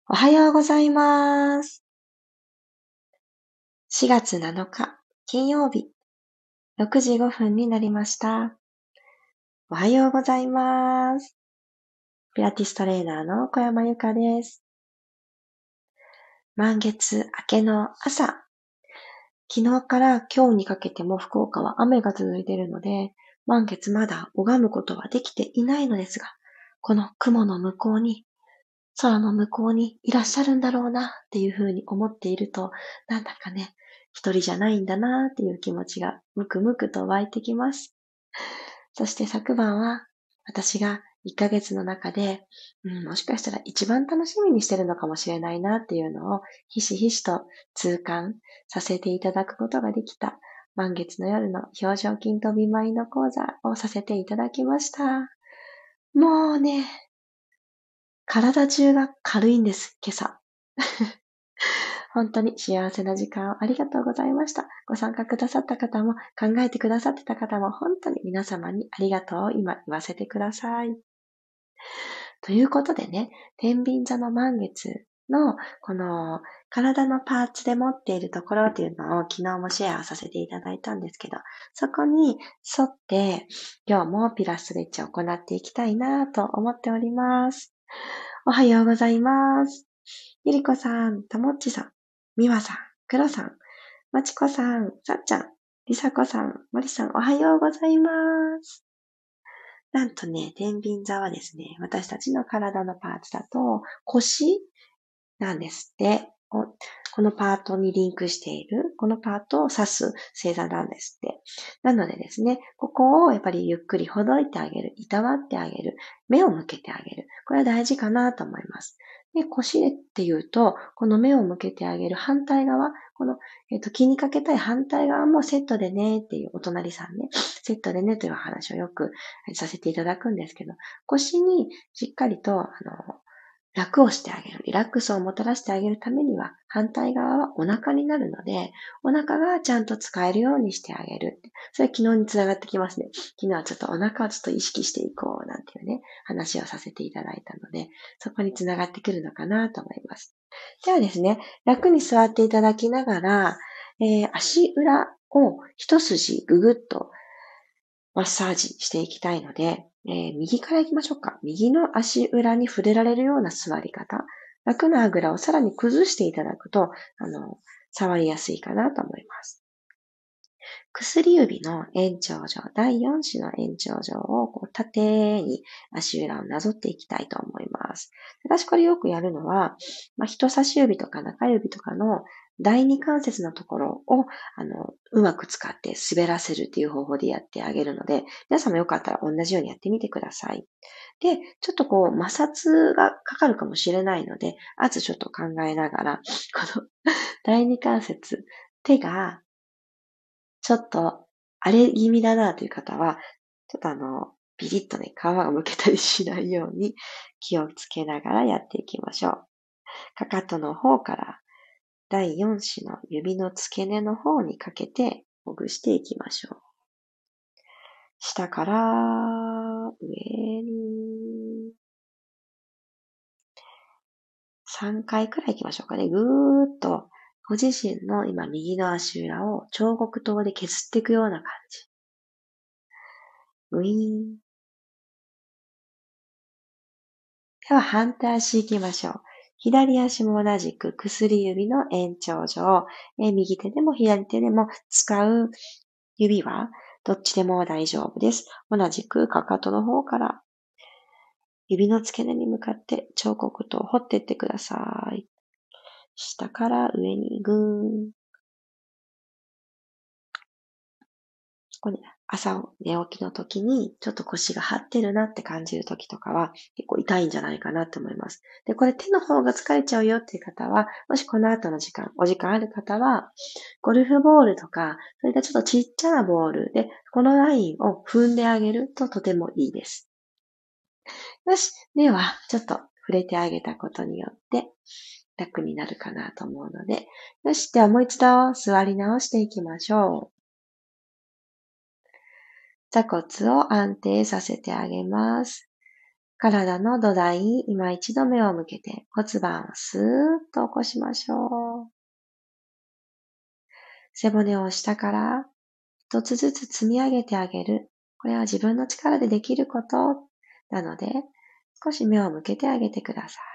おはようございます。4月7日、金曜日、6時5分になりました。おはようございます。ピラティストレーナーの小山由かです。満月明けの朝、昨日から今日にかけても福岡は雨が続いているので、満月まだ拝むことはできていないのですが、この雲の向こうに、空の向こうにいらっしゃるんだろうなっていうふうに思っていると、なんだかね、一人じゃないんだなっていう気持ちがむくむくと湧いてきます。そして昨晩は私が1ヶ月の中で、もしかしたら一番楽しみにしてるのかもしれないなっていうのをひしひしと痛感させていただくことができた満月の夜の表情筋とビマインド講座をさせていただきました。もうね、体中が軽いんです、今朝。本当に幸せな時間をありがとうございました。ご参加くださった方も考えてくださってた方も本当に皆様にありがとうを今言わせてください。ということでね、天秤座の満月のこの体のパーツで持っているところっていうのを昨日もシェアさせていただいたんですけど、そこに沿って今日もピラストレッチを行っていきたいなと思っております。おはようございます。ゆりこさん、たもっちさん、みわさん、くろさん、まちこさん、さっちゃん、りさこさん、もりさん、おはようございます。なんとね、天秤座はですね、私たちの体のパーツだと腰なんですって。このパートにリンクしている、このパートを指す星座なんですって。なのでですね、ここをやっぱりゆっくりほどいてあげる、いたわってあげる、目を向けてあげる。これは大事かなと思います。で、腰っていうと、この目を向けてあげる反対側、この、気にかけたい反対側もセットでねっていうお隣さんね、セットでねという話をよくさせていただくんですけど、腰にしっかりと、楽をしてあげる、リラックスをもたらしてあげるためには、反対側はお腹になるので、お腹がちゃんと使えるようにしてあげる。それ昨日につながってきますね。昨日はちょっとお腹をちょっと意識していこうなんていうね、話をさせていただいたので、そこにつながってくるのかなと思います。ではですね、楽に座っていただきながら、足裏を一筋ぐぐっとマッサージしていきたいので、右から行きましょうか。右の足裏に触れられるような座り方。楽なあぐらをさらに崩していただくと、触りやすいかなと思います。薬指の延長上、第4子の延長上をこう縦に足裏をなぞっていきたいと思います。私これよくやるのは、人差し指とか中指とかの第二関節のところを、うまく使って滑らせるっていう方法でやってあげるので、皆さんもよかったら同じようにやってみてください。で、ちょっとこう摩擦がかかるかもしれないので、あとちょっと考えながら、この第二関節、手がちょっと荒れ気味だなという方は、ちょっとビリッとね、皮が剥けたりしないように気をつけながらやっていきましょう。かかとの方から第4子の指の付け根の方にかけてほぐしていきましょう。下から上に3回くらい行きましょうかね。ぐーっとご自身の今右の足裏を彫刻刀で削っていくような感じ。ウィーン。では反対足行きましょう。左足も同じく薬指の延長上、右手でも左手でも使う指はどっちでも大丈夫です。同じくかかとの方から指の付け根に向かって彫刻刀を彫っていってください。下から上にぐーん。これ朝寝起きの時にちょっと腰が張ってるなって感じる時とかは結構痛いんじゃないかなと思います。で、これ手の方が疲れちゃうよっていう方は、もしこの後のお時間ある方は、ゴルフボールとか、そういったちょっとちっちゃなボールで、このラインを踏んであげるととてもいいです。よし。では、ちょっと触れてあげたことによって楽になるかなと思うので、よし。ではもう一度座り直していきましょう。座骨を安定させてあげます。 体の土台に今一度目を向けて骨盤をスーッと起こしましょう。背骨を下から一つずつ積み上げてあげる。これは自分の力でできることなので、少し目を向けてあげてください。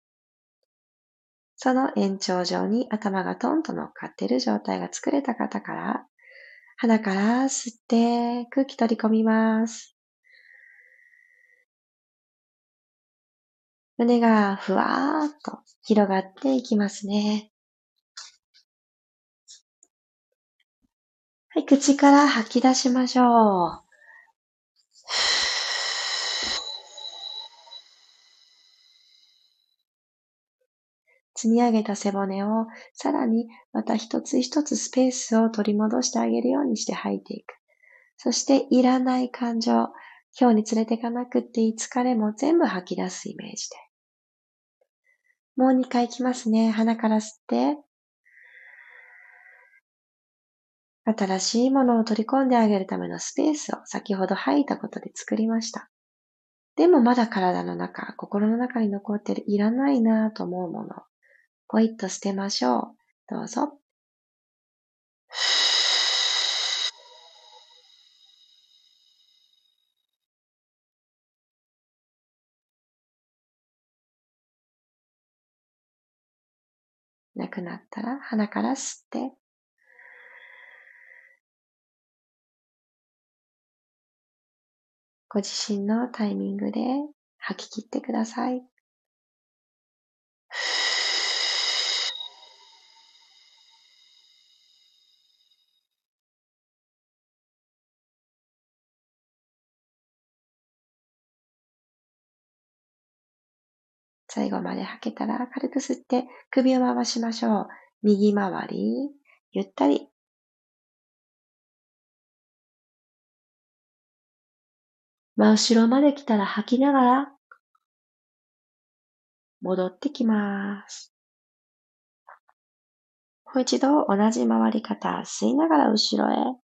その延長上に頭がトンと乗っかっている状態が作れた方から、鼻から吸って空気取り込みます。胸がふわーっと広がっていきますね。はい、口から吐き出しましょう。積み上げた背骨をさらにまた一つ一つスペースを取り戻してあげるようにして吐いていく。そしていらない感情、今日に連れていかなくっていい疲れも全部吐き出すイメージで。もう2回いきますね。鼻から吸って、新しいものを取り込んであげるためのスペースを先ほど吐いたことで作りました。でもまだ体の中、心の中に残っているいらないなぁと思うもの、ポイッと捨てましょう。どうぞ。なくなったら鼻から吸って、ご自身のタイミングで吐き切ってください。最後まで吐けたら軽く吸って首を回しましょう。右回り、ゆったり。真後ろまで来たら吐きながら戻ってきます。もう一度同じ回り方、吸いながら後ろへ。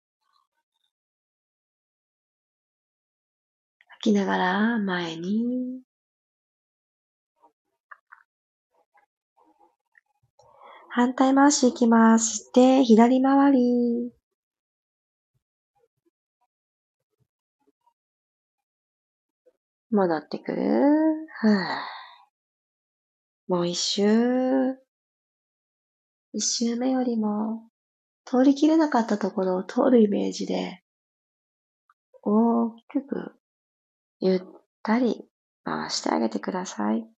吐きながら前に。反対回しいきます。吸って左回り。戻ってくる。もう一周。一周目よりも通りきれなかったところを通るイメージで大きくゆったり回してあげてください。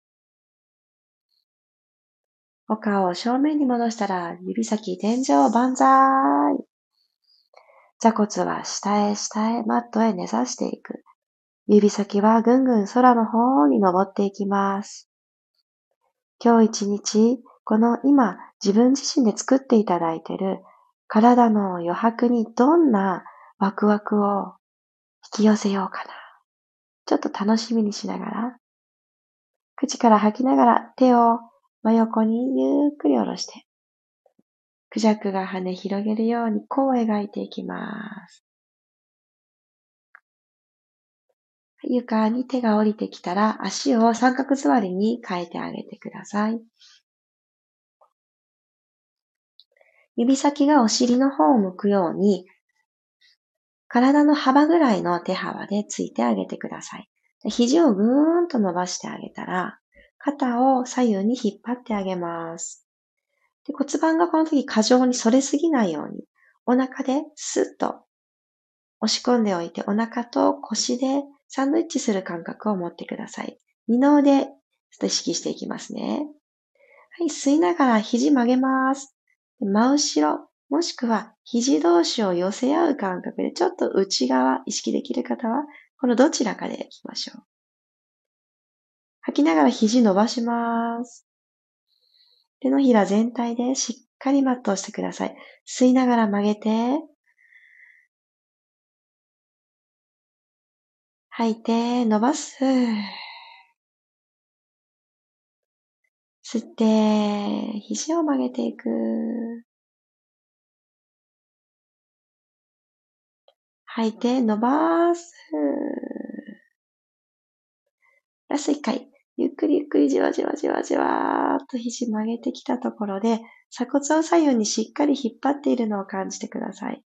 お顔を正面に戻したら指先天井万歳。座骨は下へ下へマットへ根ざしていく。指先はぐんぐん空の方に登っていきます。今日一日、この今自分自身で作っていただいている体の余白にどんなワクワクを引き寄せようかな。ちょっと楽しみにしながら、口から吐きながら手を真横にゆっくり下ろして、クジャクが羽広げるように弧を描いていきます。床に手が降りてきたら足を三角座りに変えてあげてください。指先がお尻の方を向くように、体の幅ぐらいの手幅でついてあげてください。肘をぐーんと伸ばしてあげたら、肩を左右に引っ張ってあげます。で、骨盤がこの時過剰に反れすぎないように、お腹でスッと押し込んでおいて、お腹と腰でサンドイッチする感覚を持ってください。二の腕、ちょっと意識していきますね。はい、吸いながら肘曲げます。真後ろ、もしくは肘同士を寄せ合う感覚で、ちょっと内側意識できる方は、このどちらかでいきましょう。吐きながら肘伸ばします。手のひら全体でしっかりマットをしてください。吸いながら曲げて、吐いて伸ばす。吸って、肘を曲げていく。吐いて伸ばす。 ラスト1回。ゆっくりゆっくりじわじわじわじわーっと肘曲げてきたところで、鎖骨を左右にしっかり引っ張っているのを感じてください。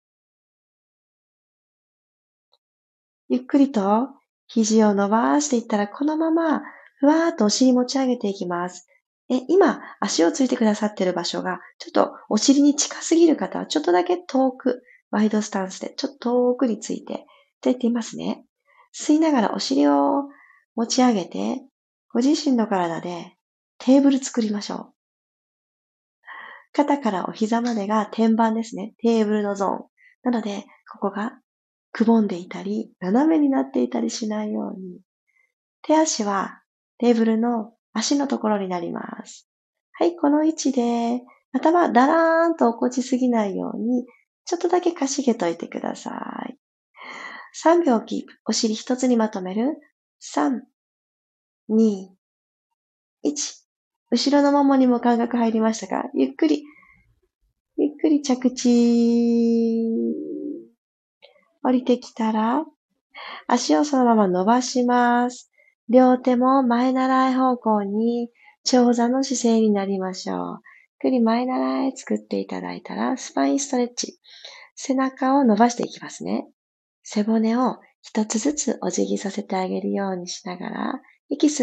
ゆっくりと肘を伸ばしていったら、このままふわーっとお尻持ち上げていきます。今、足をついてくださっている場所が、ちょっとお尻に近すぎる方は、ちょっとだけ遠く、ワイドスタンスで、ちょっと遠くについて、と言っていますね。吸いながらお尻を持ち上げて、ご自身の体でテーブル作りましょう。肩からお膝までが天板ですね。テーブルのゾーン。なので、ここがくぼんでいたり、斜めになっていたりしないように。手足はテーブルの足のところになります。はい、この位置で、頭だらーんと起こちすぎないように、ちょっとだけかしげといてください。3秒キープ。お尻一つにまとめる。3、2、1。後ろのももにも感覚入りましたか？ゆっくり、ゆっくり着地。降りてきたら、足をそのまま伸ばします。両手も前習い方向に長座の姿勢になりましょう。ゆっくり前習い作っていただいたら、スパインストレッチ。背中を伸ばしていきますね。背骨を一つずつお辞儀させてあげるようにしながら、息吸って、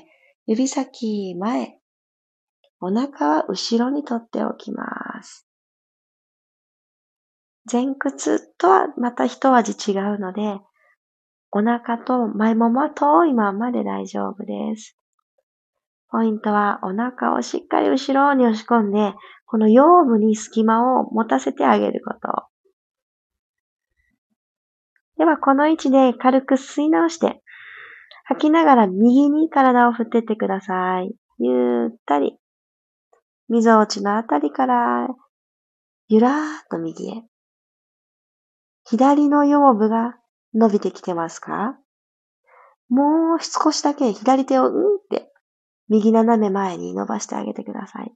指先前、お腹は後ろに取っておきます。前屈とはまた一味違うので、お腹と前ももは遠いままで大丈夫です。ポイントはお腹をしっかり後ろに押し込んで、この腰部に隙間を持たせてあげること。ではこの位置で軽く吸い直して、吐きながら右に体を振っていってください。ゆったり。みぞおちのあたりからゆらーっと右へ。左の腰部が伸びてきてますか？もう少しだけ左手をって右斜め前に伸ばしてあげてください。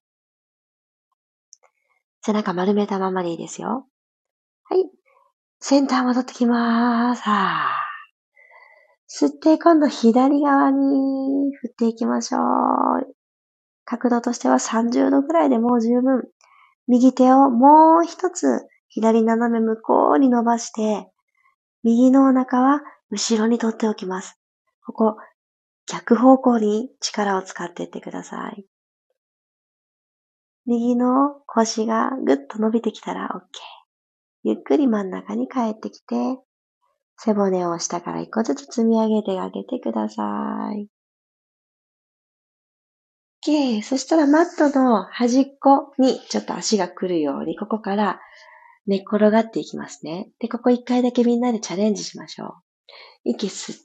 背中丸めたままでいいですよ。はい。センター戻ってきまーす。吸って今度左側に振っていきましょう。角度としては30度くらいでもう十分。右手をもう一つ左斜め向こうに伸ばして、右のお腹は後ろに取っておきます。ここ、逆方向に力を使っていってください。右の腰がぐっと伸びてきたら OK。ゆっくり真ん中に帰ってきて、背骨を下から一個ずつ積み上げてあげてください。OK。そしたらマットの端っこにちょっと足が来るように、ここから寝っ転がっていきますね。で、ここ一回だけみんなでチャレンジしましょう。息吸って、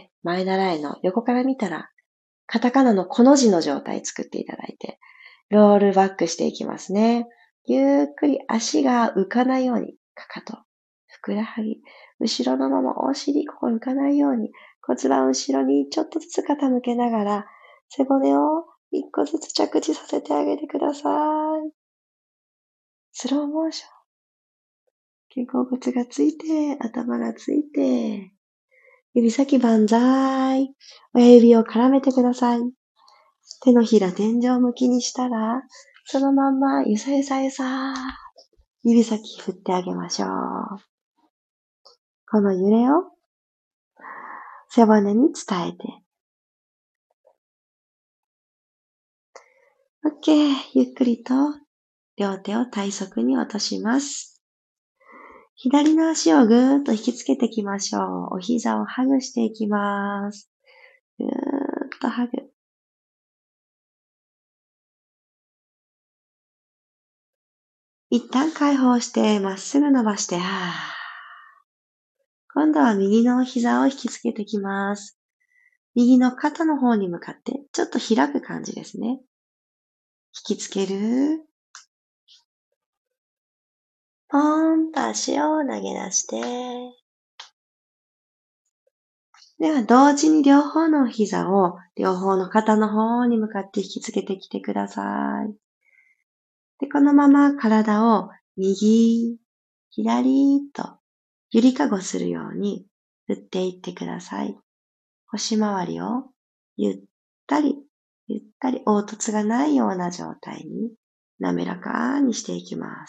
前習いの横から見たら、カタカナのこの字の状態作っていただいて、ロールバックしていきますね。ゆっくり足が浮かないように、かかと、ふくらはぎ、後ろのままお尻、ここ浮かないように、骨盤後ろにちょっとずつ傾けながら、背骨を一個ずつ着地させてあげてください。スローモーション。肩甲骨がついて、頭がついて、指先万歳。親指を絡めてください。手のひら天井向きにしたら、そのまんまゆさゆさゆさ指先振ってあげましょう。この揺れを背骨に伝えて。OK。ゆっくりと両手を体側に落とします。左の足をぐーっと引きつけていきましょう。お膝をハグしていきます。ぐーっとハグ。一旦解放してまっすぐ伸ばして、今度は右の膝を引きつけてきます。右の肩の方に向かってちょっと開く感じですね。引きつける。ポーンと足を投げ出して。では同時に両方の膝を両方の肩の方に向かって引きつけてきてください。で、このまま体を右、左とゆりかごするように振っていってください。腰回りをゆったり、ゆったり凹凸がないような状態に滑らかにしていきます。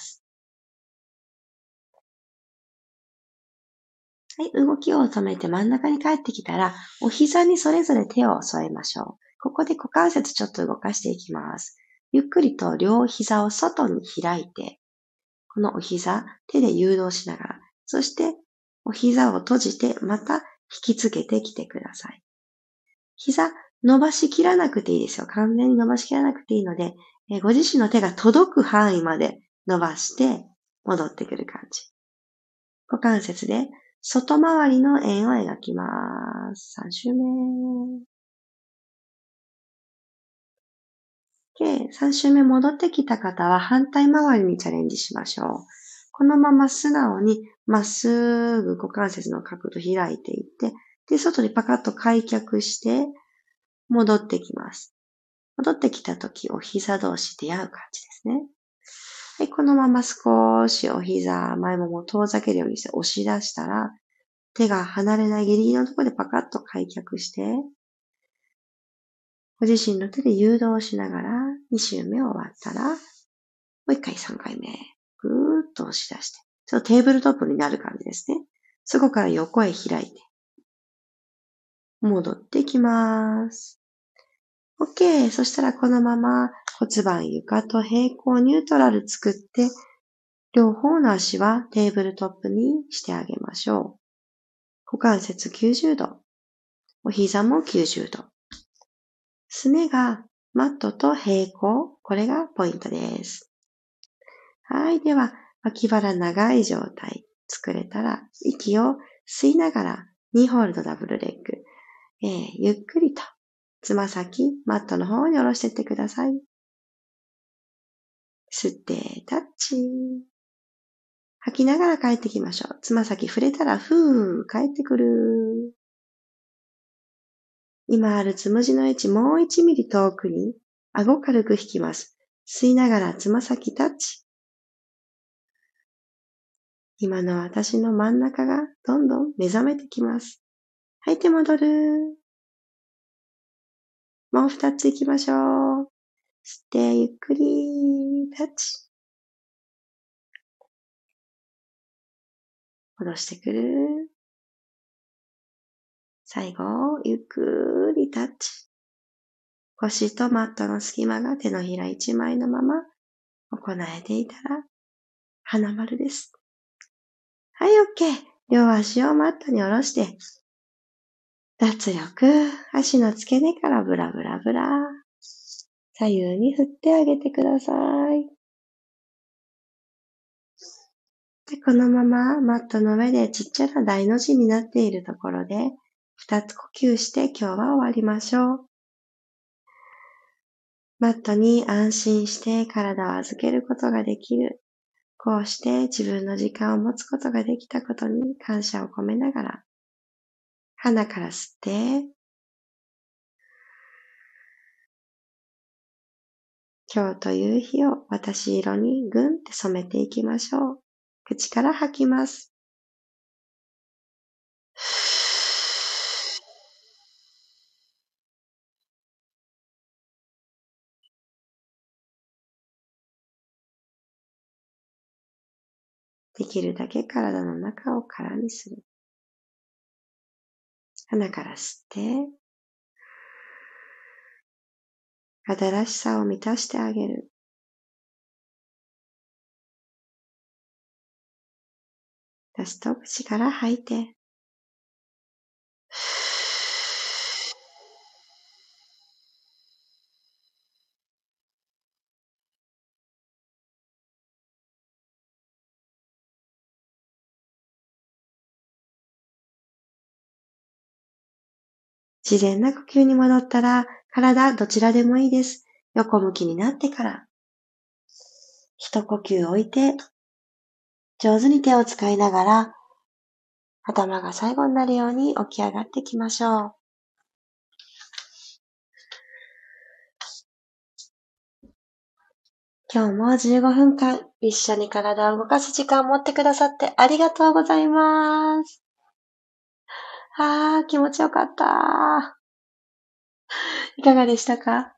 はい、動きを止めて真ん中に帰ってきたら、お膝にそれぞれ手を添えましょう。ここで股関節ちょっと動かしていきます。ゆっくりと両膝を外に開いて、このお膝、手で誘導しながら、そしてお膝を閉じてまた引きつけてきてください。膝伸ばしきらなくていいですよ。完全に伸ばしきらなくていいので、ご自身の手が届く範囲まで伸ばして戻ってくる感じ。股関節で外回りの円を描きます。3周目。3周目戻ってきた方は反対回りにチャレンジしましょう。このまま素直にまっすぐ股関節の角度開いていって、で、外にパカッと開脚して戻ってきます。戻ってきたとき、お膝同士出会う感じですね。はい、このまま少しお膝、前もも遠ざけるようにして押し出したら、手が離れないギリギリのところでパカッと開脚して、ご自身の手で誘導しながら2周目終わったら、もう1回3回目、ぐーっと押し出して、ちょっとテーブルトップになる感じですね。そこから横へ開いて、戻ってきます。OK。そしたらこのまま骨盤床と平行ニュートラル作って、両方の足はテーブルトップにしてあげましょう。股関節90度。お膝も90度。すねがマットと平行。これがポイントです。はい。では、脇腹長い状態作れたら、息を吸いながら2ホールドダブルレッグ。ゆっくりとつま先、マットの方に下ろしていってください。吸ってタッチ。吐きながら帰ってきましょう。つま先触れたら、ふー、帰ってくる。今あるつむじの位置もう1ミリ遠くに、顎軽く引きます。吸いながらつま先タッチ。今の私の真ん中がどんどん目覚めてきます。吐いて戻る。もう2つ行きましょう。吸ってゆっくりタッチ。戻してくる。最後、ゆっくりタッチ。腰とマットの隙間が手のひら一枚のまま行えていたら、花丸です。はい、OK。両足をマットに下ろして、脱力、足の付け根からブラブラブラ。左右に振ってあげてください。で、このままマットの上でちっちゃな大の字になっているところで、2つ呼吸して今日は終わりましょう。マットに安心して体を預けることができる。こうして自分の時間を持つことができたことに感謝を込めながら、鼻から吸って、今日という日を私色にぐんって染めていきましょう。口から吐きます。できるだけ体の中を空にする。鼻から吸って、新しさを満たしてあげる。出すと口から吐いて、自然な呼吸に戻ったら、体どちらでもいいです。横向きになってから、一呼吸置いて、上手に手を使いながら、頭が最後になるように起き上がってきましょう。今日も15分間一緒に体を動かす時間を持ってくださってありがとうございます。気持ちよかった。 いかがでしたか？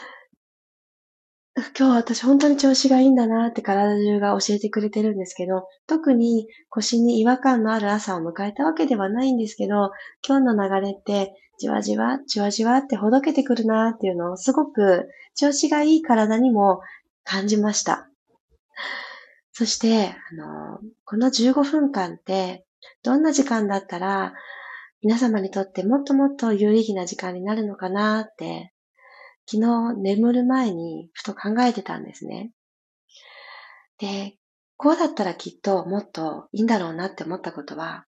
今日私本当に調子がいいんだなって体中が教えてくれてるんですけど、特に腰に違和感のある朝を迎えたわけではないんですけど、今日の流れって、じわじわ、じわじわってほどけてくるなっていうのをすごく調子がいい体にも感じました。そして、この15分間って、どんな時間だったら、皆様にとってもっともっと有意義な時間になるのかなって、昨日眠る前にふと考えてたんですね。で、こうだったらきっともっといいんだろうなって思ったことは、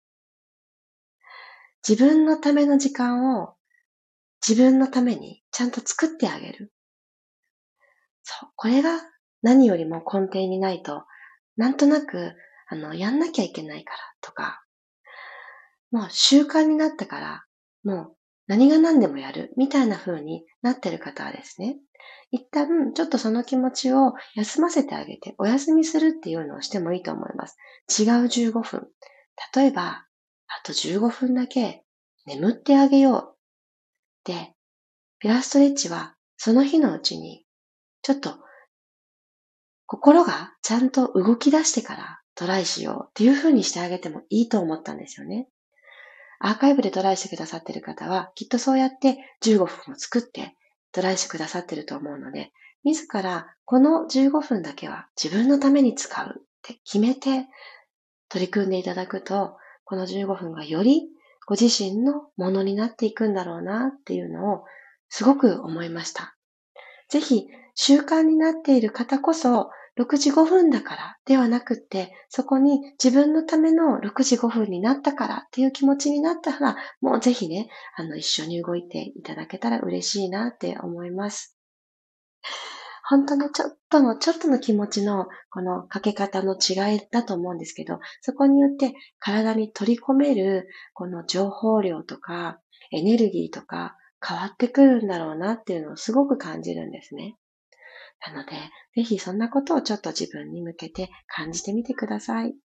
自分のための時間を自分のためにちゃんと作ってあげる。そう、これが何よりも根底にないと、なんとなく、やんなきゃいけないからとか、もう習慣になったから、もう何が何でもやるみたいな風になってる方はですね、一旦ちょっとその気持ちを休ませてあげて、お休みするっていうのをしてもいいと思います。違う15分。例えば、あと15分だけ眠ってあげよう。で、ピラストレッチはその日のうちに、ちょっと心がちゃんと動き出してからトライしようっていう風にしてあげてもいいと思ったんですよね。アーカイブでトライしてくださってる方は、きっとそうやって15分を作ってトライしてくださってると思うので、自らこの15分だけは自分のために使うって決めて取り組んでいただくと、この15分がよりご自身のものになっていくんだろうなっていうのをすごく思いました。ぜひ習慣になっている方こそ、6時5分だからではなくって、そこに自分のための6時5分になったからっていう気持ちになったら、もうぜひね、一緒に動いていただけたら嬉しいなって思います。本当のちょっとの気持ちの、このかけ方の違いだと思うんですけど、そこによって体に取り込める、この情報量とか、エネルギーとか変わってくるんだろうなっていうのをすごく感じるんですね。なので、ぜひそんなことをちょっと自分に向けて感じてみてください。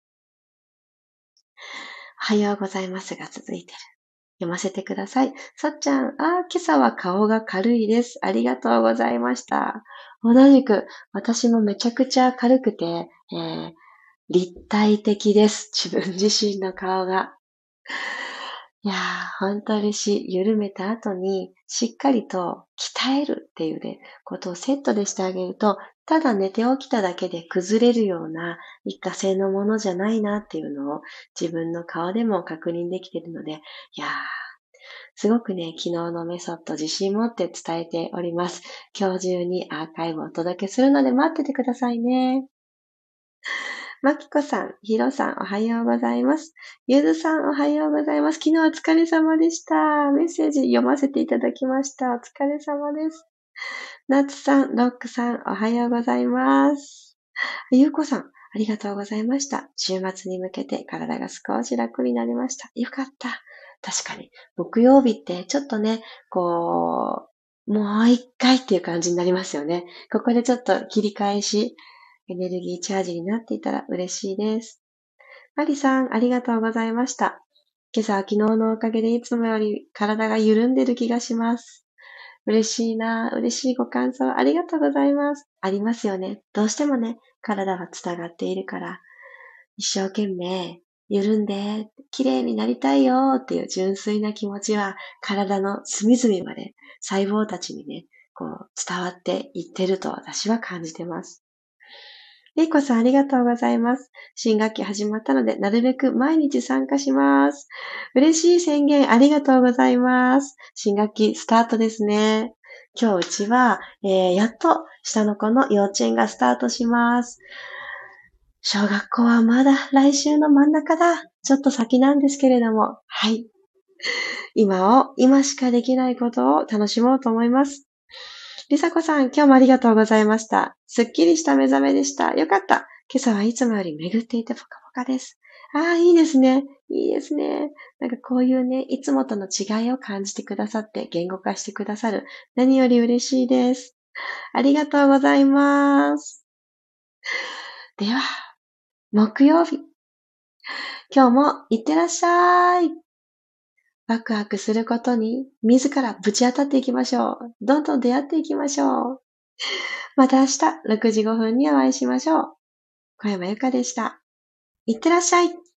おはようございますが続いてる。読ませてください。さっちゃん、今朝は顔が軽いです。ありがとうございました。同じく、私もめちゃくちゃ軽くて、立体的です。自分自身の顔が。いやー、ほんと嬉しい。緩めた後に、しっかりと鍛えるっていうね、ことをセットでしてあげると、ただ寝て起きただけで崩れるような一過性のものじゃないなっていうのを自分の顔でも確認できているので、いやー、すごくね、昨日のメソッド自信持って伝えております。今日中にアーカイブをお届けするので待っててくださいね。まきこさん、ひろさん、おはようございます。ゆずさん、おはようございます。昨日はお疲れ様でした。メッセージ読ませていただきました。お疲れ様です。なつさん、ロックさん、おはようございます。ゆうこさん、ありがとうございました。週末に向けて体が少し楽になりました。よかった。確かに、木曜日ってちょっとね、もう一回っていう感じになりますよね。ここでちょっと切り返し、エネルギーチャージになっていたら嬉しいです。マリさん、ありがとうございました。今朝は昨日のおかげでいつもより体が緩んでる気がします。嬉しいな、嬉しいご感想ありがとうございます。ありますよね。どうしてもね、体はつながっているから、一生懸命緩んで、綺麗になりたいよっていう純粋な気持ちは体の隅々まで細胞たちにね、伝わっていってると私は感じてます。れいこさんありがとうございます。新学期始まったので、なるべく毎日参加します。嬉しい宣言ありがとうございます。新学期スタートですね。今日うちは、やっと下の子の幼稚園がスタートします。小学校はまだ来週の真ん中だ。ちょっと先なんですけれども、はい。今しかできないことを楽しもうと思います。りさこさん、今日もありがとうございました。すっきりした目覚めでした。よかった。今朝はいつもより巡っていてポカポカです。いいですね。いいですね。なんかこういうね、いつもとの違いを感じてくださって言語化してくださる。何より嬉しいです。ありがとうございます。では、木曜日。今日もいってらっしゃい。 ワクワクすることに自らぶち当たっていきましょう。どんどん出会っていきましょう。また明日6時5分にお会いしましょう。小山由かでした。いってらっしゃい。